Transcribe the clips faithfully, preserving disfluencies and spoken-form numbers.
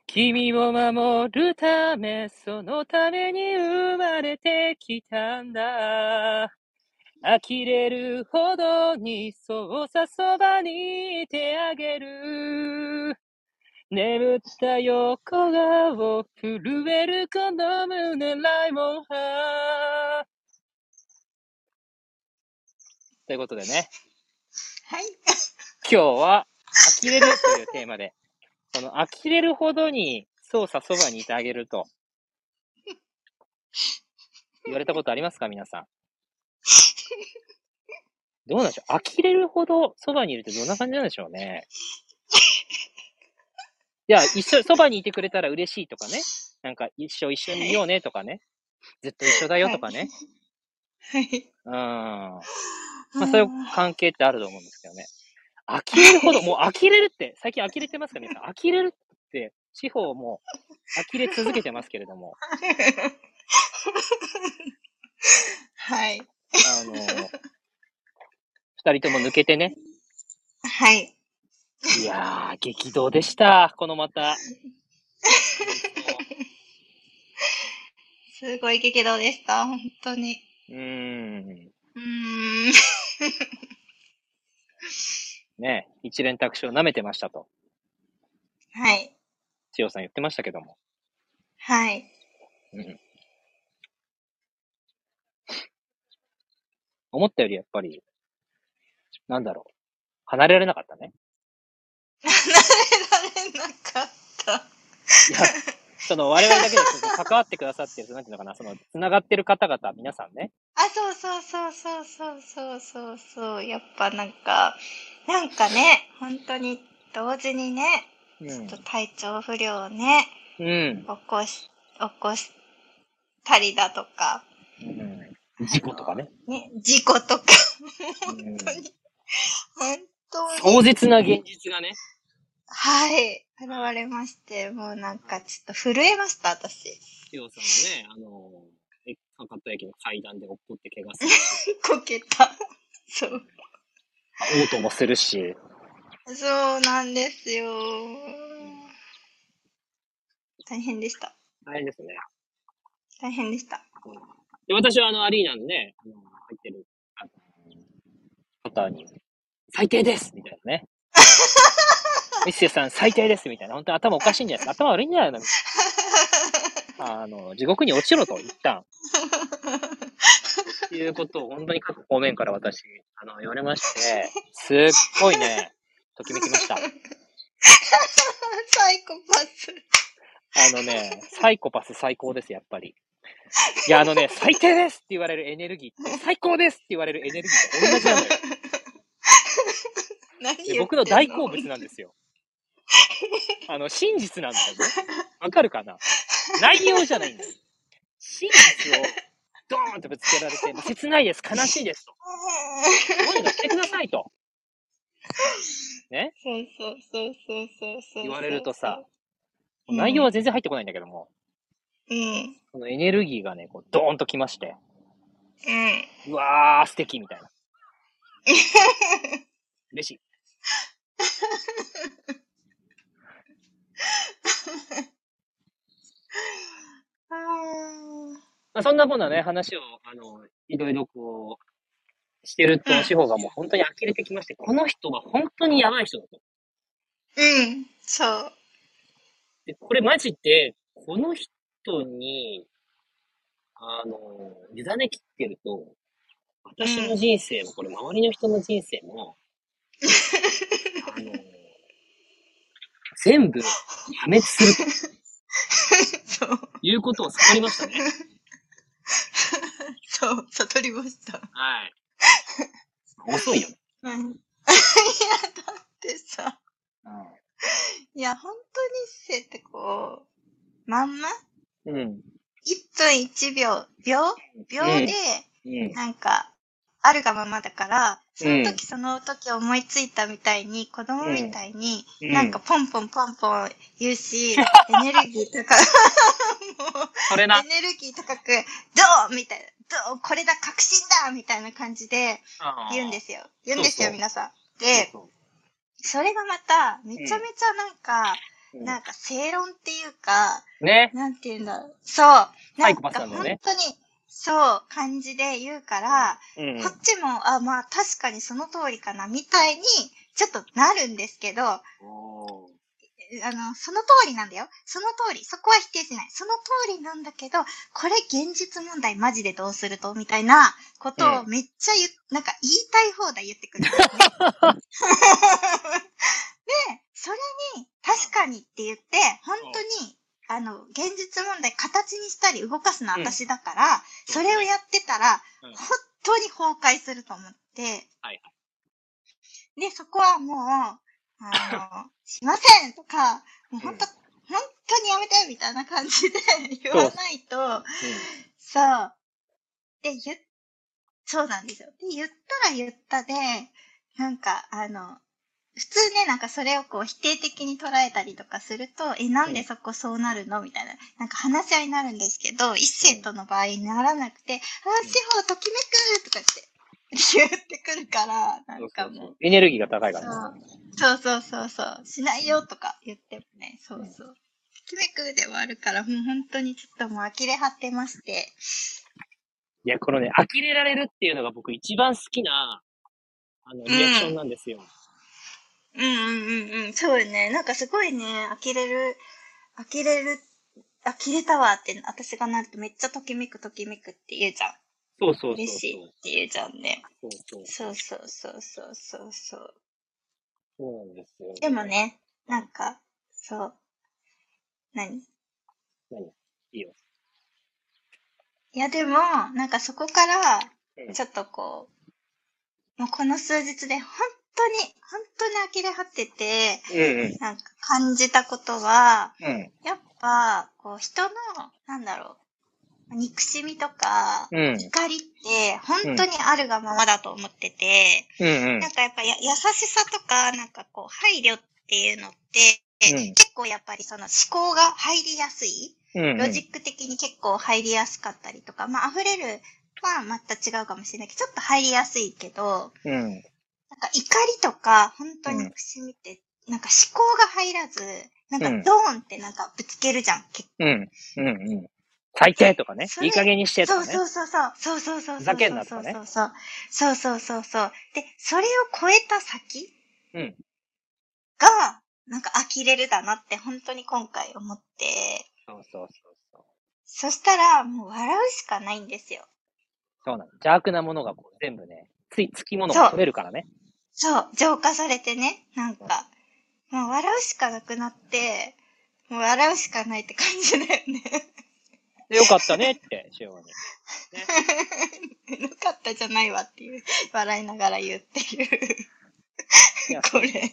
君を守るため、そのために生まれてきたんだ。呆れるほどにそうさそばにいてあげる。眠った横顔震えるこの胸ライモンハー。ということでね。 はい。 今日は呆れるというテーマで、この呆れるほどにそうさそばにいてあげると言われたことありますか、皆さん。どうなんでしょう。呆れるほどそばにいるってどんな感じなんでしょうね。いや、一緒、そばにいてくれたら嬉しいとかね。なんか一緒一緒にいようねとかね。ずっと一緒だよとかね。 はい。 うん。まあそういう関係ってあると思うんですけどね。呆れるほど、もう呆れるって、最近呆れてますか皆さん。呆れるって、地方も呆れ続けてますけれども。 はい。 あの、二人とも抜けてね。 はい。 いやー、激動でした。このまた。 すごい激動でした。本当に。 うーん。 うーん。 ね、一連卓上舐めてましたと。 はい。 千代さん言ってましたけども。 はい。 うん。思ったよりやっぱり、なんだろう。離れられなかったね。 離れられなかった。 いや、その我々だけで関わってくださってる、なんていうのかな、その、繋がってる方々、皆さんね。 あ、そうそうそうそうそうそうそうそう。やっぱなんか、なんかね、本当に同時にね、 うん。 ちょっと体調不良をね、 うん。 起こし、起こしたりだとか。 うん。事故とかね。 ね、事故とか。本うん。 当に、本当に。 壮絶な現実がね。 はい、現れまして、もうなんかちょっと震えました、私。 千代さんもね、あの、博多駅の階段で落っこって怪我するし。 こけた。そう。 嘔吐もするし。 そうなんですよ。大変でした。 大変ですね。 大変でした。 で、私はあの、アリーナのね、あの、入ってる、あの、方に、最低ですみたいなね。ミッセさん最低ですみたいな。本当に頭おかしいんじゃないですか。頭悪いんじゃないのあの、地獄に落ちろと、一旦。っていうことを本当に各方面から私、あの、言われまして、すっごいね、ときめきました。 サイコパス。 あのね、サイコパス最高です、やっぱり。いや、あのね、最低ですって言われるエネルギーって、最高ですって言われるエネルギーと同じなのよ。 何言ってんの？ で僕の大好物なんですよ。あの、真実なんだよね。わかるかな？内容じゃないんだよ。真実をドーンとぶつけられて、切ないです、悲しいですと。どうにかしてくださいと。ね？ そうそうそうそうそうそう。 言われるとさ、 うん、 内容は全然入ってこないんだけども、 うん。 そのエネルギーがね、こうドーンときまして、 うん。 うわー、素敵みたいな。嬉しい。まあ、そんなこんなね、話を、あの、いろいろこう、してると、志保がもう本当に呆れてきまして、この人は本当にやばい人だと。 うん、そう。 で、これマジで、この人に、あの、委ねきってると、私の人生も、これ周りの人の人生も、あの、全部破滅すると。 そう。 いうことを悟りましたね。 そう、悟りました。 はい。遅いよね。 うん。いや、だってさ、 ういや、本当に生ってこう、まんまん。うん。 いっぷんいちびょう、秒秒で、 うん。 なんか、あるがままだから、そのうん。 時その時思いついたみたいに、子供みたいに、 うんなんかポンポンポンポン言うし、エネルギー高く、もう、 それな。 エネルギー高く、どうみたいな、どうこれだ確信だみたいな感じで言うんですよ。言うんですよ、 そうそう皆さん。で、 そうそれがまた、めちゃめちゃなんか、 うん、なんか正論っていうか、 ね。 なんていうんだろう。そう。なんか本当に、そう、感じで言うから、うん、こっちも、あ、まあ確かにその通りかな、みたいに、ちょっとなるんですけど、あの、その通りなんだよ。その通り。そこは否定しない。その通りなんだけど、これ現実問題マジでどうするとみたいなことをめっちゃ言、うん、なんか言いたい放題言ってくるんですね。で、それに、確かにって言って、本当に、あの、現実問題形にしたり動かすのは私だから、うん、それをやってたら、うん、本当に崩壊すると思って、はい、で、そこはもう、あの、しませんとか、もう本当、うん、本当にやめてみたいな感じで言わないと、そう。そう。で、言っ、そうなんですよ。で、言ったら言ったで、なんか、あの、普通ね、なんかそれをこう否定的に捉えたりとかすると、え、なんでそこそうなるのみたいな、なんか話し合いになるんですけど、一世との場合にならなくて、うん、あ、司法ときめくとかって言ってくるから、なんかもう。そうそうそう、 エネルギーが高いからね。そうそうそうそう。しないよとか言ってもね、そうそう。ときめくではあるから、もう本当にちょっともう呆れ張ってまして。 いや、このね、呆れられるっていうのが僕一番好きな、あの、リアクションなんですよ。 うん、うんうんうんうん。そうよね。なんかすごいね、呆れる、呆れる、呆れたわって、私がなるとめっちゃときめくときめくって言うじゃん。 そうそうそうそう。 嬉しいって言うじゃんね。 そうそう。 そうそうそうそうそうそう。 そうなんですよ。 でもね、なんか、そう。何何いいよ。 いやでも、なんかそこから、ちょっとこう、もうこの数日で本当に、本当に呆れ張ってて、うんうん、なんか感じたことは、うん、やっぱ、こう人の、なんだろう、憎しみとか、うん、怒りって本当にあるがままだと思ってて、うんうん、なんかやっぱや優しさとか、なんかこう配慮っていうのって、うん、結構やっぱりその思考が入りやすい、うんうん、ロジック的に結構入りやすかったりとか、まあ溢れるはまた違うかもしれないけど、ちょっと入りやすいけど、うん、なんか怒りとか本当に憎しみって、うん、なんか思考が入らず、なんかドーンってなんかぶつけるじゃん、結構。うんうんうん最低とかね。いい加減にしてとかね。 そうそうそうそう。そうそうそうそう。 ふざけんなとかね。 そうそうそうそうそうそう。で、それを超えた先うん。が、なんか呆れるだなって本当に今回思って。 そうそうそうそう。 そしたら、もう笑うしかないんですよ。 そうなの。邪悪なものがこう全部ね、つい、つきものが取れるからね。 そう。浄化されてね、なんか、もう笑うしかなくなって、もう笑うしかないって感じだよね。 よかったねって、しように。 ね、よかったじゃないわっていう、笑いながら言うっていう。これ。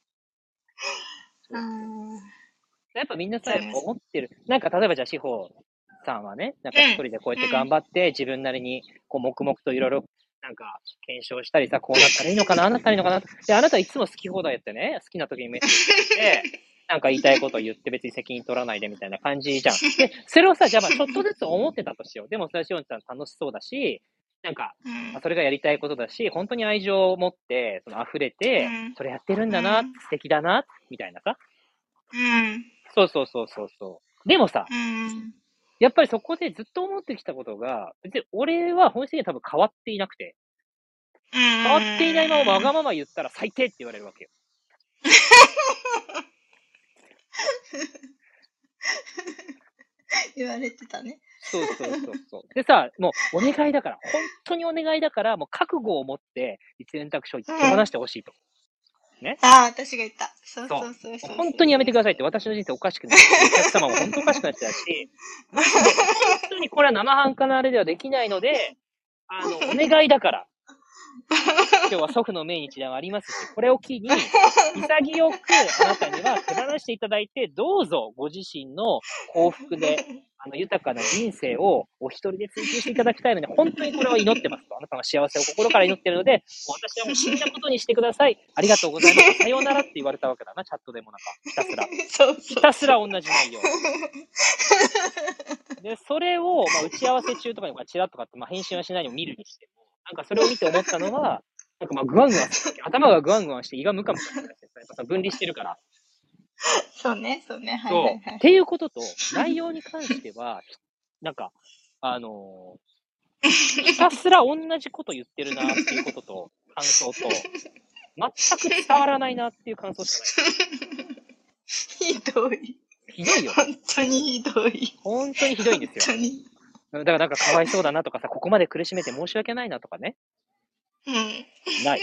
うんやっぱみんなさ、やっぱ思ってる。なんか例えばじゃあ、志保さんはね、なんか一人でこうやって頑張って、自分なりにこう黙々といろいろなんか検証したりさ、こうなったらいいのかな、ああなったらいいのかな。で、あなたいつも好き放題やってね、好きな時にメッセージして、なんか言いたいことを言って別に責任取らないでみたいな感じじゃん。で、それをさ、じゃあまあちょっとずつ思ってたとしよう。でもそれはしおんちゃん楽しそうだし、なんか、まあ、それがやりたいことだし、本当に愛情を持って、その溢れて、それやってるんだな、素敵だな、みたいなさ。うん。そうそうそうそうそう。でもさ、うん、やっぱりそこでずっと思ってきたことが、別に俺は本質的には多分変わっていなくて、うん、変わっていないままわがまま言ったら最低って言われるわけよ。 言われてたね。 そうそうそうそう。でさ、もうお願いだから、本当にお願いだから、もう覚悟を持って、一連択肢を手放してほしいと。 うん、ね。ああ、私が言った。そうそうそうそう。 本当にやめてくださいって、私の人生おかしくなって、お客様も本当おかしくなってたし、マジで、本当にこれは生半可なあれではできないので、あの、お願いだから。今日は祖父の命日ではありますし、これを機に、潔くあなたには手放していただいて、どうぞご自身の幸福で、あの、豊かな人生をお一人で追求していただきたいので、本当にこれは祈ってますと。あなたの幸せを心から祈っているので、もう私はもう死んだことにしてください。ありがとうございます。さようならって言われたわけだな、チャットでもなんか、ひたすら。そうそうひたすら同じ内容。で、それを、まあ、打ち合わせ中とかにチラッとかって、まあ、返信はしないにも見るにしても、なんかそれを見て思ったのは、なんかまあ、グワングワン、頭がグワングワンして胃がムカムカしてるやっぱさ、分離してるから。 そうね、そうね。はいそう。 はいはい。 っていうことと、内容に関しては、なんか、あのー、ひたすら同じこと言ってるなっていうことと、感想と、全く伝わらないなっていう感想しかない。 ひどい。 ひどいよね。 本当にひどい。 本当にひどいんですよ。 本当に。 だからなんかかわいそうだなとかさ、ここまで苦しめて申し訳ないなとかね。 うん。 ない。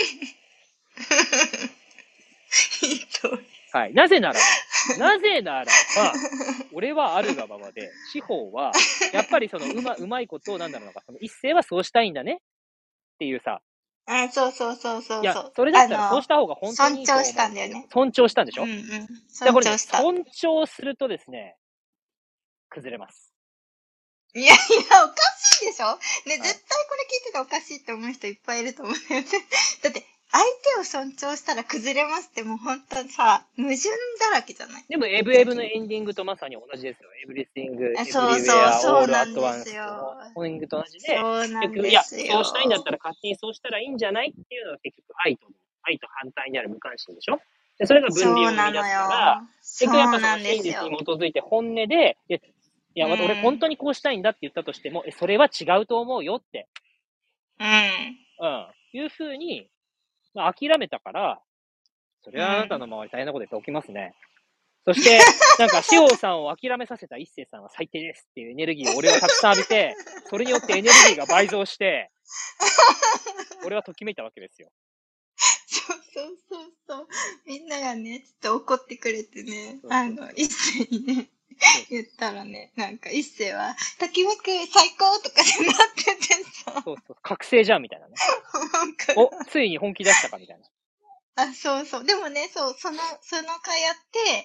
ひどい。 はい。なぜならば、なぜならば、俺はあるがままで、司法は、やっぱりそのうま、うまいことを、なんだろうな、その一世はそうしたいんだねっていうさ。 あ、そうそうそうそうそう。いや、それだったらそうした方が本当にいいと思う。 尊重したんだよね。 尊重したんでしょ。 うんうん。 尊重した。尊重するとですね、崩れます。 いやいや、おかしいでしょね、絶対これ聞いてたらおかしいって思う人いっぱいいると思うんだよね。だって、相手を尊重したら崩れますってもう本当さ、矛盾だらけじゃない？ でも、エブエブのエンディングとまさに同じですよ。エブリシング、エブリウそうそうェア、 そうオールアットワンスなんですよ。 のエンディングと同じで、 そうなん結局、いや、 ですよ。 そうしたいんだったら勝手にそうしたらいいんじゃないっていうのが結局愛と、愛と反対にある無関心でしょ。でそれが分離を生み出すから、結局やっぱその真実に基づいて本音で、いや、俺本当にこうしたいんだって言ったとしても、え、それは違うと思うよって。 うん。 うん。いうふうに、まあ、諦めたから、それはあなたの周り大変なことって起きますね。そして、なんか、しおさんを諦めさせた一星さんは最低ですっていうエネルギーを俺はたくさん浴びて、それによってエネルギーが倍増して、俺はときめいたわけですよ。 そうそうそうそう。みんながね、ちょっと怒ってくれてね、あの、一星にね、言ったらね、なんか一星は、ときめく最高とかでなっててさ。 そうそう、覚醒じゃんみたいなね。お、ついに本気出したかみたいな。 あ、そうそう。でもね、そう、その、その会やって、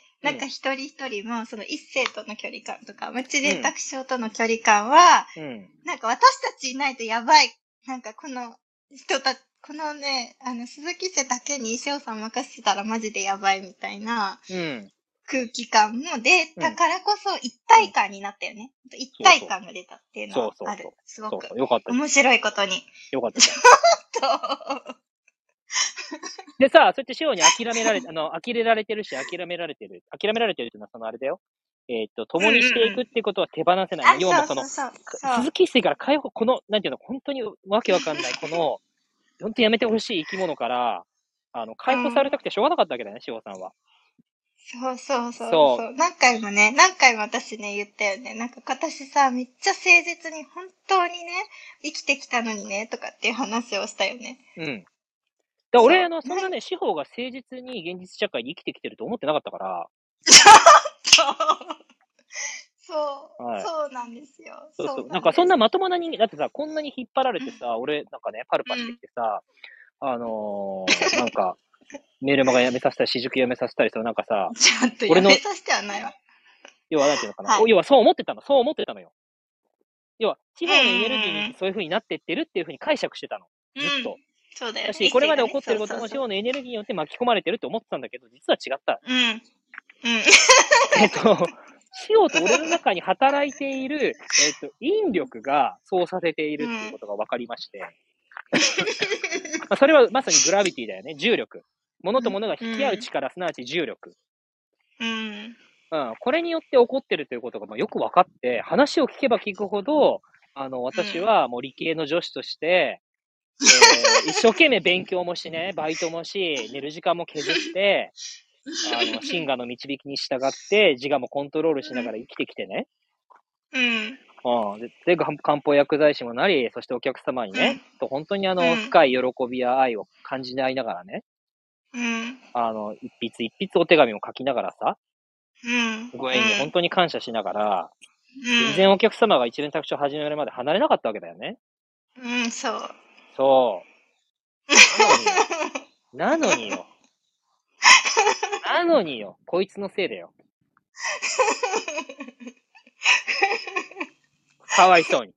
なんか一人一人も、その一星との距離感とか、マチレタクションとの距離感は、うん、なんか私たちいないとやばい。なんかこの人た、このね、あの、鈴木瀬だけに石尾さん任せたらマジでやばいみたいな、空気感も出たからこそ一体感になったよね。うん、一体感が出たっていうのはある。そうそうそう、すごく。そうそう、よかったです。面白いことに。 よかったです。でさ、そうやってしおに諦められ、あの、呆れられてるし、諦められてる。諦められてるっていうのは、そのあれだよ。えっ、ー、と、共にしていくっていうことは手放せない。うんうん、要はその、そうそうそう、鈴木一世から解放、この、なんていうの、本当にわけわかんない、この、本当にやめてほしい生き物から、あの、解放されたくてしょうがなかったわけだよね、しおさんは。 そうそうそうそう。何回もね、何回も私ね、言ったよね。なんか私さ、めっちゃ誠実に本当にね、生きてきたのにね、とかっていう話をしたよね。 うん。だ俺、あの、そんなね、司法が誠実に現実社会に生きてきてると思ってなかったから。 そう、はい、そうなんですよ。 そうそう。なんかそんなまともな人間、だってさ、こんなに引っ張られてさ、うん、俺、なんかね、パルパしてきてさ、うん、あのー、なんか、メールマガ辞めさせたり、私塾辞めさせたりさ、なんかさ、 ちょっと辞めさせてはないわ。 要は、なんていうのかな、はい。要は、そう思ってたの。そう思ってたのよ。要は、地方のエネルギーにそういう風になってってるっていう風に解釈してたの。ずっと。うん、 そうだよね。 だし、これまで起こってることも地方のエネルギーによって巻き込まれてるって思ってたんだけど、実は違った。 うん。うん。 えっと、シオと俺の中に働いている、えっと、引力がそうさせているっていうことが分かりまして。まあそれはまさにグラビティだよね。重力。物と物が引き合う力、うん、すなわち重力。 うん。 うん。これによって起こってるということがまあよく分かって、話を聞けば聞くほど、あの、私はもう理系の女子として、えー、一生懸命勉強もしね、バイトもし、寝る時間も削って、あの、シンガの導きに従って、自我もコントロールしながら生きてきてね。 うん。 うん。で、で漢方薬剤師もなり、そしてお客様にね、うん、と本当にあの、うん、深い喜びや愛を感じ合いながらね。 うん。 あの、一筆一筆お手紙を書きながらさ。 うん。 ご縁に本当に感謝しながら、うん、全然お客様が一連卓上始めるまで離れなかったわけだよね。 うん、そう。 そう。なのによ。なのによ。こいつのせいだよ。かわいそうに。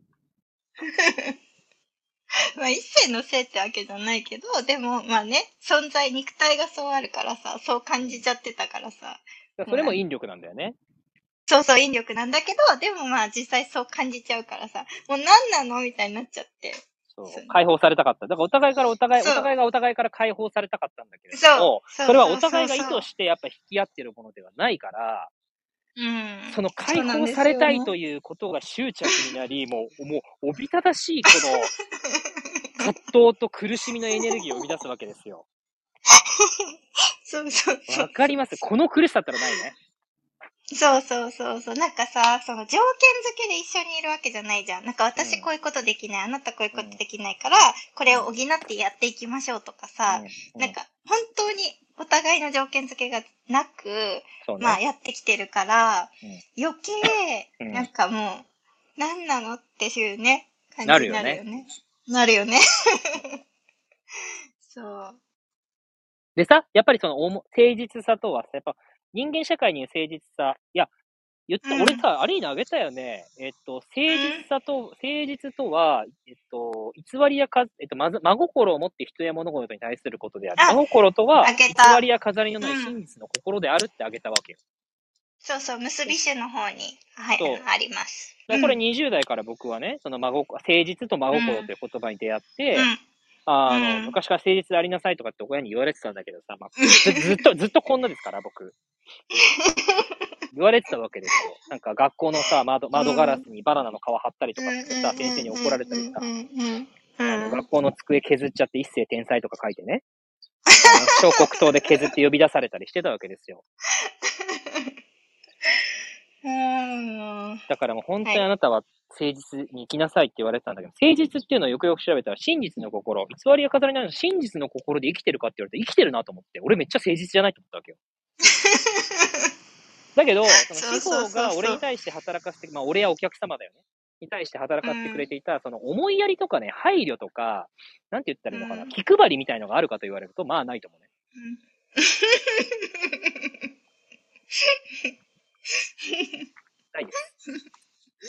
まあ、一世のせいってわけじゃないけど、でも、まあね、存在、肉体がそうあるからさ、そう感じちゃってたからさ。 それも引力なんだよね。 そうそう、引力なんだけど、でもまあ実際そう感じちゃうからさ、もう何なのみたいになっちゃって。 そう。解放されたかった。だからお互いからお互い、お互いがお互いから解放されたかったんだけれども、そ, それはお互いが意図してやっぱ引き合ってるものではないから、 うん、 その解放されたいということが執着になり、もう、もう、おびただしいこの、葛藤と苦しみのエネルギーを生み出すわけですよ。 そうそうそう。 わかります。この苦しさったらないね。 そうそうそうそう。なんかさ、その条件付けで一緒にいるわけじゃないじゃん。なんか私こういうことできない、うん、あなたこういうことできないから、これを補ってやっていきましょうとかさ、うん、なんか本当にお互いの条件付けがなく、ね、まあやってきてるから、うん、余計、なんかもう、何なのっていうね、感じになるよね。なるよね。そう。 でさ、やっぱりその誠実さとはさ、やっぱ人間社会にいる誠実さ、いや、言った、うん、俺さ、アリーナあげたよね。えっと、誠実さと、うん、誠実とは、えっと、偽りやか、えっと、まず、真心を持って人や物事に対することである。真心とは、偽りや飾りのない真実の心であるってあげたわけよ。 そうそう、結び種の方に、はい、あります。 これにじゅう代から僕はね、その真心、誠実と真心という言葉に出会って、うん、あの、うん、昔から誠実でありなさいとかって親に言われてたんだけどさ、まあ、ず, ずっと、ずっとこんなですから、僕。言われてたわけですよ。なんか学校のさ、窓、窓ガラスにバナナの皮貼ったりとかしてさ、先生に怒られたりさ、あの、学校の机削っちゃって一世天才とか書いてね、あの小黒刀で削って呼び出されたりしてたわけですよ。だからもう本当にあなたは誠実に生きなさいって言われてたんだけど、誠実っていうのをよくよく調べたら、真実の心、偽りや飾りないの真実の心で生きてるかって言われて生きてるなと思って、俺めっちゃ誠実じゃないと思ったわけよ。だけど、その司法が俺に対して働かせて、まあ俺やお客様だよね。に対して働かせてくれていた、その思いやりとかね、配慮とか、なんて言ったらいいのかな、気配りみたいのがあるかと言われると、まあないと思うね。ないです。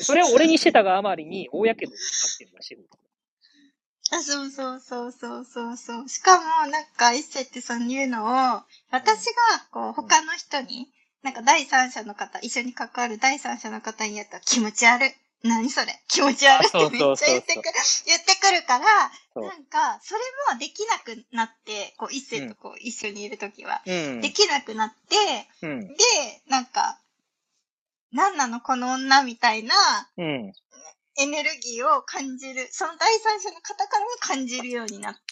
それを俺にしてたがあまりに、公で使ってるのが司法。 あ、そうそうそうそうそうそう。しかも、なんか、一世ってその言うのを、私が、こう、他の人に、なんか第三者の方、一緒に関わる第三者の方にやったら気持ち悪い。何それ気持ち悪いってめっちゃ言ってくる、言ってくるから、なんか、それもできなくなって、こう、一世とこう、一緒にいるときは、うん、できなくなって、うん、で、なんか、何なのこの女みたいな、うん、エネルギーを感じる、その第三者の方からも感じるようになって、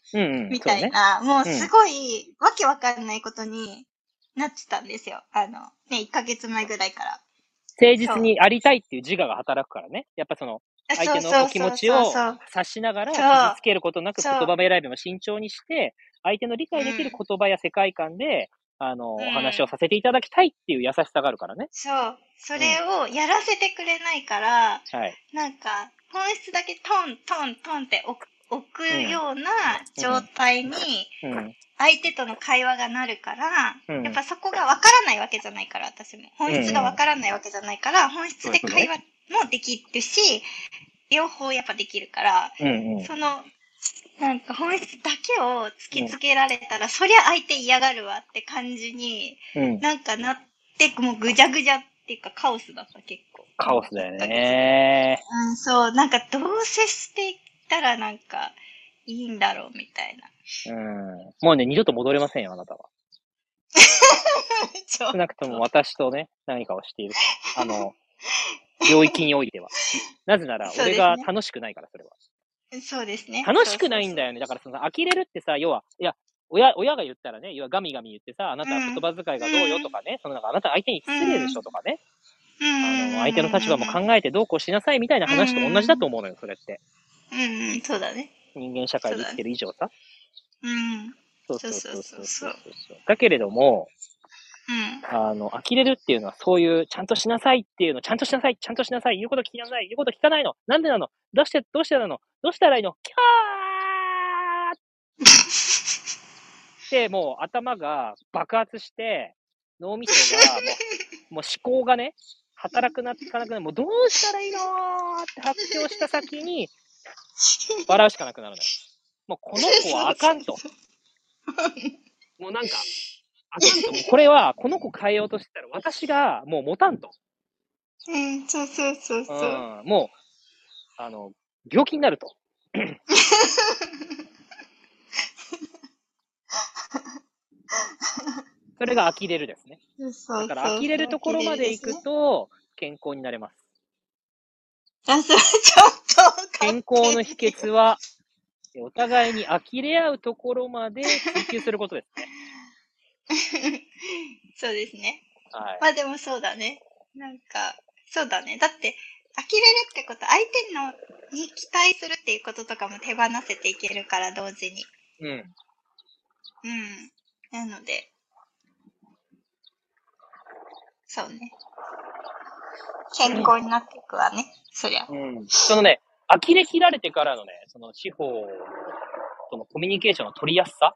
うんうん、みたいな、うね、もうすごい、うん、わけわかんないことになってたんですよ。あの、ね、いっかげつまえぐらいから。 誠実にありたいっていう自我が働くからね。やっぱその、相手のお気持ちを察しながら、傷つけることなく言葉選びも慎重にして、相手の理解できる言葉や世界観で、うん、あの、うん、お話をさせていただきたいっていう優しさがあるからね。 そう。それをやらせてくれないから、うん、はい、なんか、本質だけトントントンって置く、置くような状態に、相手との会話がなるから、うん、やっぱそこがわからないわけじゃないから、私も。本質がわからないわけじゃないから、本質で会話もできるし、両方やっぱできるから、うんうん、その、なんか本質だけを突きつけられたら、うん、そりゃ相手嫌がるわって感じに、うん、なんかなって、もうぐじゃぐじゃっていうかカオスだった結構。 カオスだよね。 うん、そう、なんかどう接していったらなんかいいんだろうみたいな。 うん。もうね、二度と戻れませんよ、あなたは。少なくとも私とね、何かをしている。あの、領域においては。なぜなら、俺が楽しくないから、それは。 そうですね。 楽しくないんだよね。だからその、呆れるってさ、要は、いや、親、親が言ったらね、要はガミガミ言ってさ、あなたは言葉遣いがどうよとかね、うん、そのなんかあなた相手に失礼でしょとかね、うん、あの、相手の立場も考えてどうこうしなさいみたいな話と同じだと思うのよ、それって。 うんうん、そうだね。 人間社会で生きてる以上さ。 うん。 そうそうそうそうそうそう。だけれども、うん、あの、呆れるっていうのはそういう、ちゃんとしなさいっていうの、ちゃんとしなさい、ちゃんとしなさい、言うこと聞きなさい、言うこと聞かないの、なんでなの、どうして、どうしてなの、どうしたらいいの、キャーってもう頭が爆発して、脳みそがもう、もう思考がね、働くなっていかなくなる、もうどうしたらいいのーって発表した先に、笑うしかなくなるのよ。もうこの子はあかんと。もうなんか、あかんと。これは、この子変えようとしてたら、私がもう持たんと。 うん、そうそうそうそう。 うん、もう、あの、病気になると。 それが呆れるですね。 そうそうそう。 だから呆れるところまで行くと健康になれます。 あ、それちょっと健康の秘訣は、お互いに呆れ合うところまで追求することですね。そうですね。 はい。 まあでもそうだね。なんか、そうだね。だって、呆れるってこと、相手のに期待するっていうこととかも手放せていけるから、同時に。 うん。 うん。なので、そうね。健康になっていくわね。そりゃ。 うん。そのね、呆れ切られてからのね、その司法とのコミュニケーションの取りやすさ。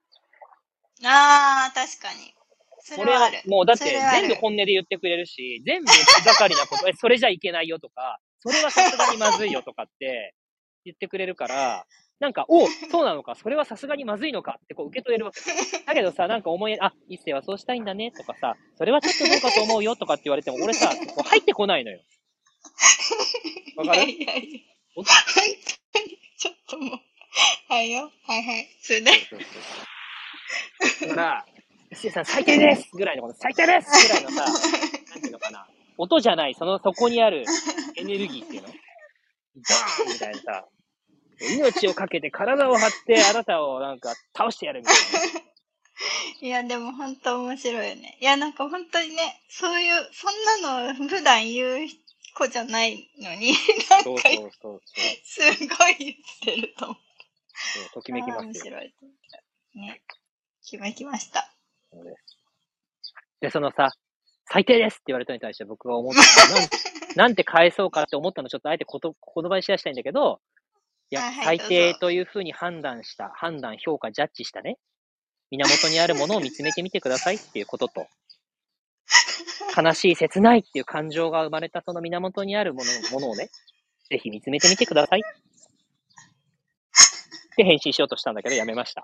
ああ、確かに。それはある。 もうだって全部本音で言ってくれるし、全部気がかりなこと、え、それじゃいけないよとか、それはさすがにまずいよとかって言ってくれるから、なんか、お、そうなのか、それはさすがにまずいのかってこう受け取れるわけ。だけどさ、なんか思い、あ、一世はそうしたいんだねとかさ、それはちょっとどうかと思うよとかって言われても、俺さ、こう入ってこないのよ。わかる？ いやいやいや。本当に、ちょっともう。はいよ。はいはい。それで。 そうそうそう。だから、一世さん最低ですぐらいのこの最低ですぐらいのさ、なんていうのかな、音じゃない、そのそこにあるエネルギーっていうの？ドーンみたいなさ、命をかけて体を張ってあなたをなんか倒してやるみたいな。 いや、でも本当面白いよね。いや、なんか本当にね、そういう、そんなの普段言う子じゃないのに、なんか、そうそうそうすごい言ってると思う。 そう、ときめきますよ。 面白い。ね。ときめきました。 そうです。で、そのさ、最低ですって言われたに対して僕が思ったのなんなんて返そうかって思ったのちょっとあえてこと言葉にシェアしたいんだけど、いや、はい、最低というふうに判断した、判断、評価、ジャッジしたね、源にあるものを見つめてみてくださいっていうことと、悲しい、切ないっていう感情が生まれたその源にあるものものをね、ぜひ見つめてみてくださいって返信しようとしたんだけど、やめました。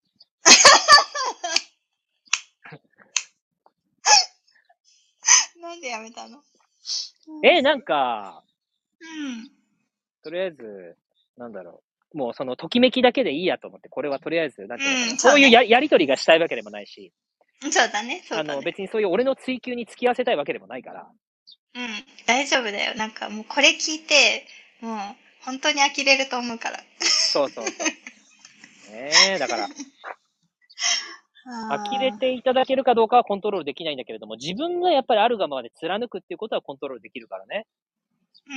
なんでやめたの？ えー、なんか、 うん。 とりあえず、なんだろう。もうその、ときめきだけでいいやと思って、これはとりあえず、なんていうのかな。うん、そうね、そういう や, やりとりがしたいわけでもないし。 そうだね、そうだね。 あの、別にそういう俺の追求に付き合わせたいわけでもないから。 うん、大丈夫だよ。なんかもうこれ聞いて、もう、本当に呆れると思うから。 そうそうそう。ええー、だから。呆れていただけるかどうかはコントロールできないんだけれども、自分がやっぱりあるがままで貫くっていうことはコントロールできるからね。うん。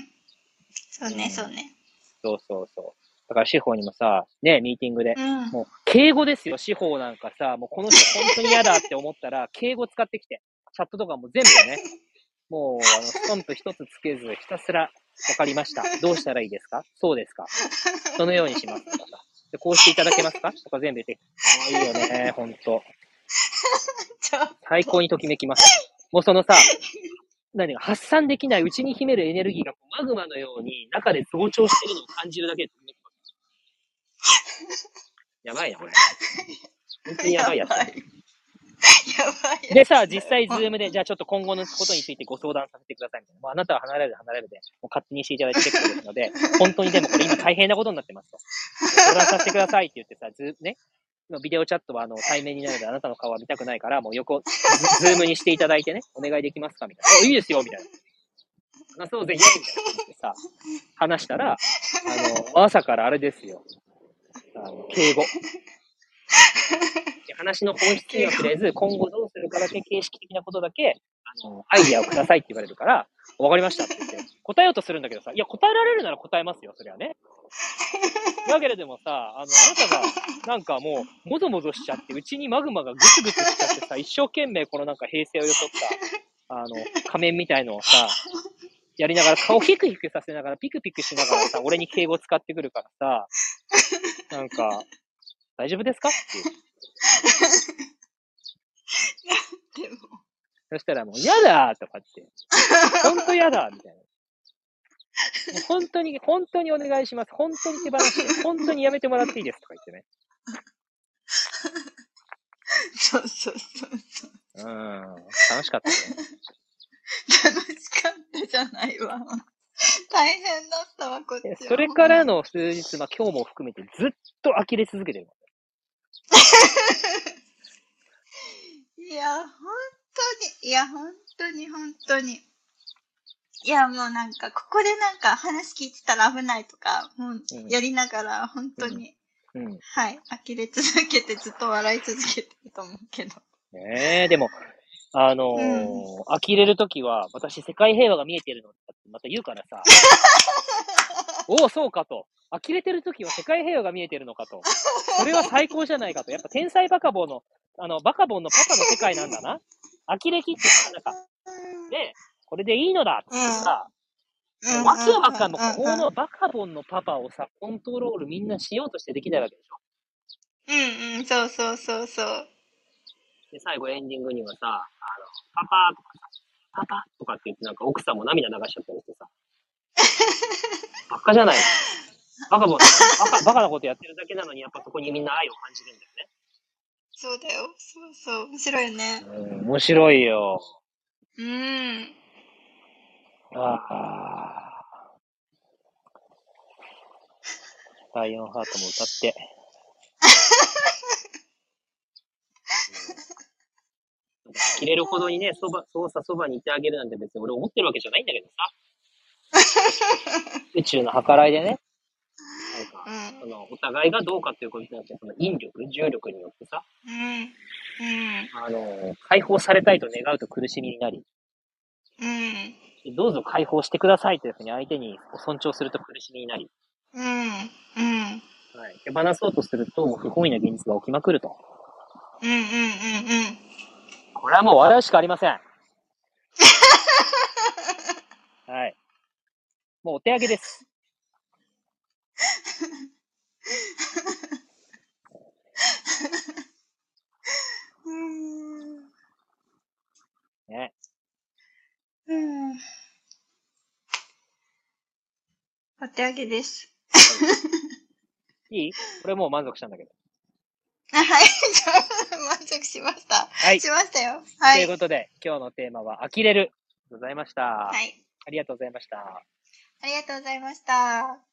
そうね、うん、そうね。そうそうそう。だから司法にもさ、ね、ミーティングで、うん、もう敬語ですよ、司法なんかさ、もうこの人本当に嫌だって思ったら、敬語使ってきて、チャットとかも全部ね、もう、あの、ストンプ一つつけず、ひたすら、わかりました。どうしたらいいですか？そうですか。そのようにしますとかさ。で、こうしていただけますかとか全部言って、ああ、いいよね、ほんと。最高にときめきます。もうそのさ、何が発散できない内に秘めるエネルギーがマグマのように中で増長しているのを感じるだけでときめきます。やばいな、これ。本当にやばいやつ。やばい。でさ、実際ズームで、じゃあちょっと今後のことについてご相談させてくださいみたいな。もうあなたは離れる離れるで、もう勝手にしていただいて結構ですので、本当にでもこれ今大変なことになってますと。相談させてくださいって言ってさ、ズね、ビデオチャットはあの対面になるのであなたの顔は見たくないから、もう横、ズームにしていただいてね、お願いできますかみたいな。お、いいですよみたいな。話そうぜ、イェイみたいな感じでさ、話したら、あの、朝からあれですよ。あの、敬語。話の本質には触れず、今後どうするかだけ形式的なことだけ、あの、アイディアをくださいって言われるから、わかりましたって言って、答えようとするんだけどさ、いや、答えられるなら答えますよ、それはね。だけれどもさ、あの、あなたが、なんかもう、もぞもぞしちゃって、うちにマグマがぐつぐつしちゃってさ、一生懸命このなんか平成を装った、あの、仮面みたいのをさ、やりながら、顔ヒクヒクさせながら、ピクピクしながらさ、俺に敬語使ってくるからさ、なんか、大丈夫ですかっていう。でもそしたらもう、嫌だとかって、ほんと嫌だみたいな。もう本当に、本当にお願いします。本当に手放して、本当にやめてもらっていいですとか言ってね。そうそうそうそう。うん、楽しかったね。楽しかったじゃないわ。 大変だったわ、こっちは。 それからの数日、まあ今日も含めてずっと呆れ続けてる。 いや、本当に、いや、本当に、本当に。いや、もうなんか、ここでなんか話聞いてたら危ないとか、もうやりながら、本当に、うんうん、はい、呆れ続けてずっと笑い続けてると思うけど。 ねえ、でも、あのー、うん、呆れるときは、私世界平和が見えてるのってまた言うからさ、おお、そうかと。呆れてるときは世界平和が見えてるのかと。それは最高じゃないかと。やっぱ天才バカボンの、あの、バカボンのパパの世界なんだな。呆れきってさ、なんか、ね、これでいいのだってさ、もうわけわかんの、このバカボンのパパをさ、コントロールみんなしようとしてできないわけでしょ。 うんうん、そうそうそうそう。 で、最後エンディングにはさ、あの、パパとかさ、パパとかって言ってなんか奥さんも涙流しちゃったりしてさ。バカじゃないの。バカボン、バカ、バカなことやってるだけなのに、やっぱそこにみんな愛を感じるんだよね。 そうだよ。そうそう。面白いよね。 うん、面白いよ。 うん。 ああ。ライオンハートも歌って。呆れるほどにね、そば、そうさ、そばにいてあげるなんて別に俺思ってるわけじゃないんだけどさ。宇宙の計らいでね。なんか、うん、その、お互いがどうかっていうことじゃなくて、その引力、重力によってさ。 うん。うん。 あの、解放されたいと願うと苦しみになり。 うん。 どうぞ解放してくださいというふうに相手に尊重すると苦しみになり。 うん。うん。 はい。手放そうとすると、もう不本意な現実が起きまくると。 うんうんうんうん。 これはもう笑うしかありません。はい。もうお手上げです。ね。 うん。お手上げです。 いい？これもう満足したんだけど。 あ、はい。満足しました。はい。しましたよ。はい。 ということで、今日のテーマは、呆れる。ございました。 はい。 ありがとうございました。 ありがとうございました。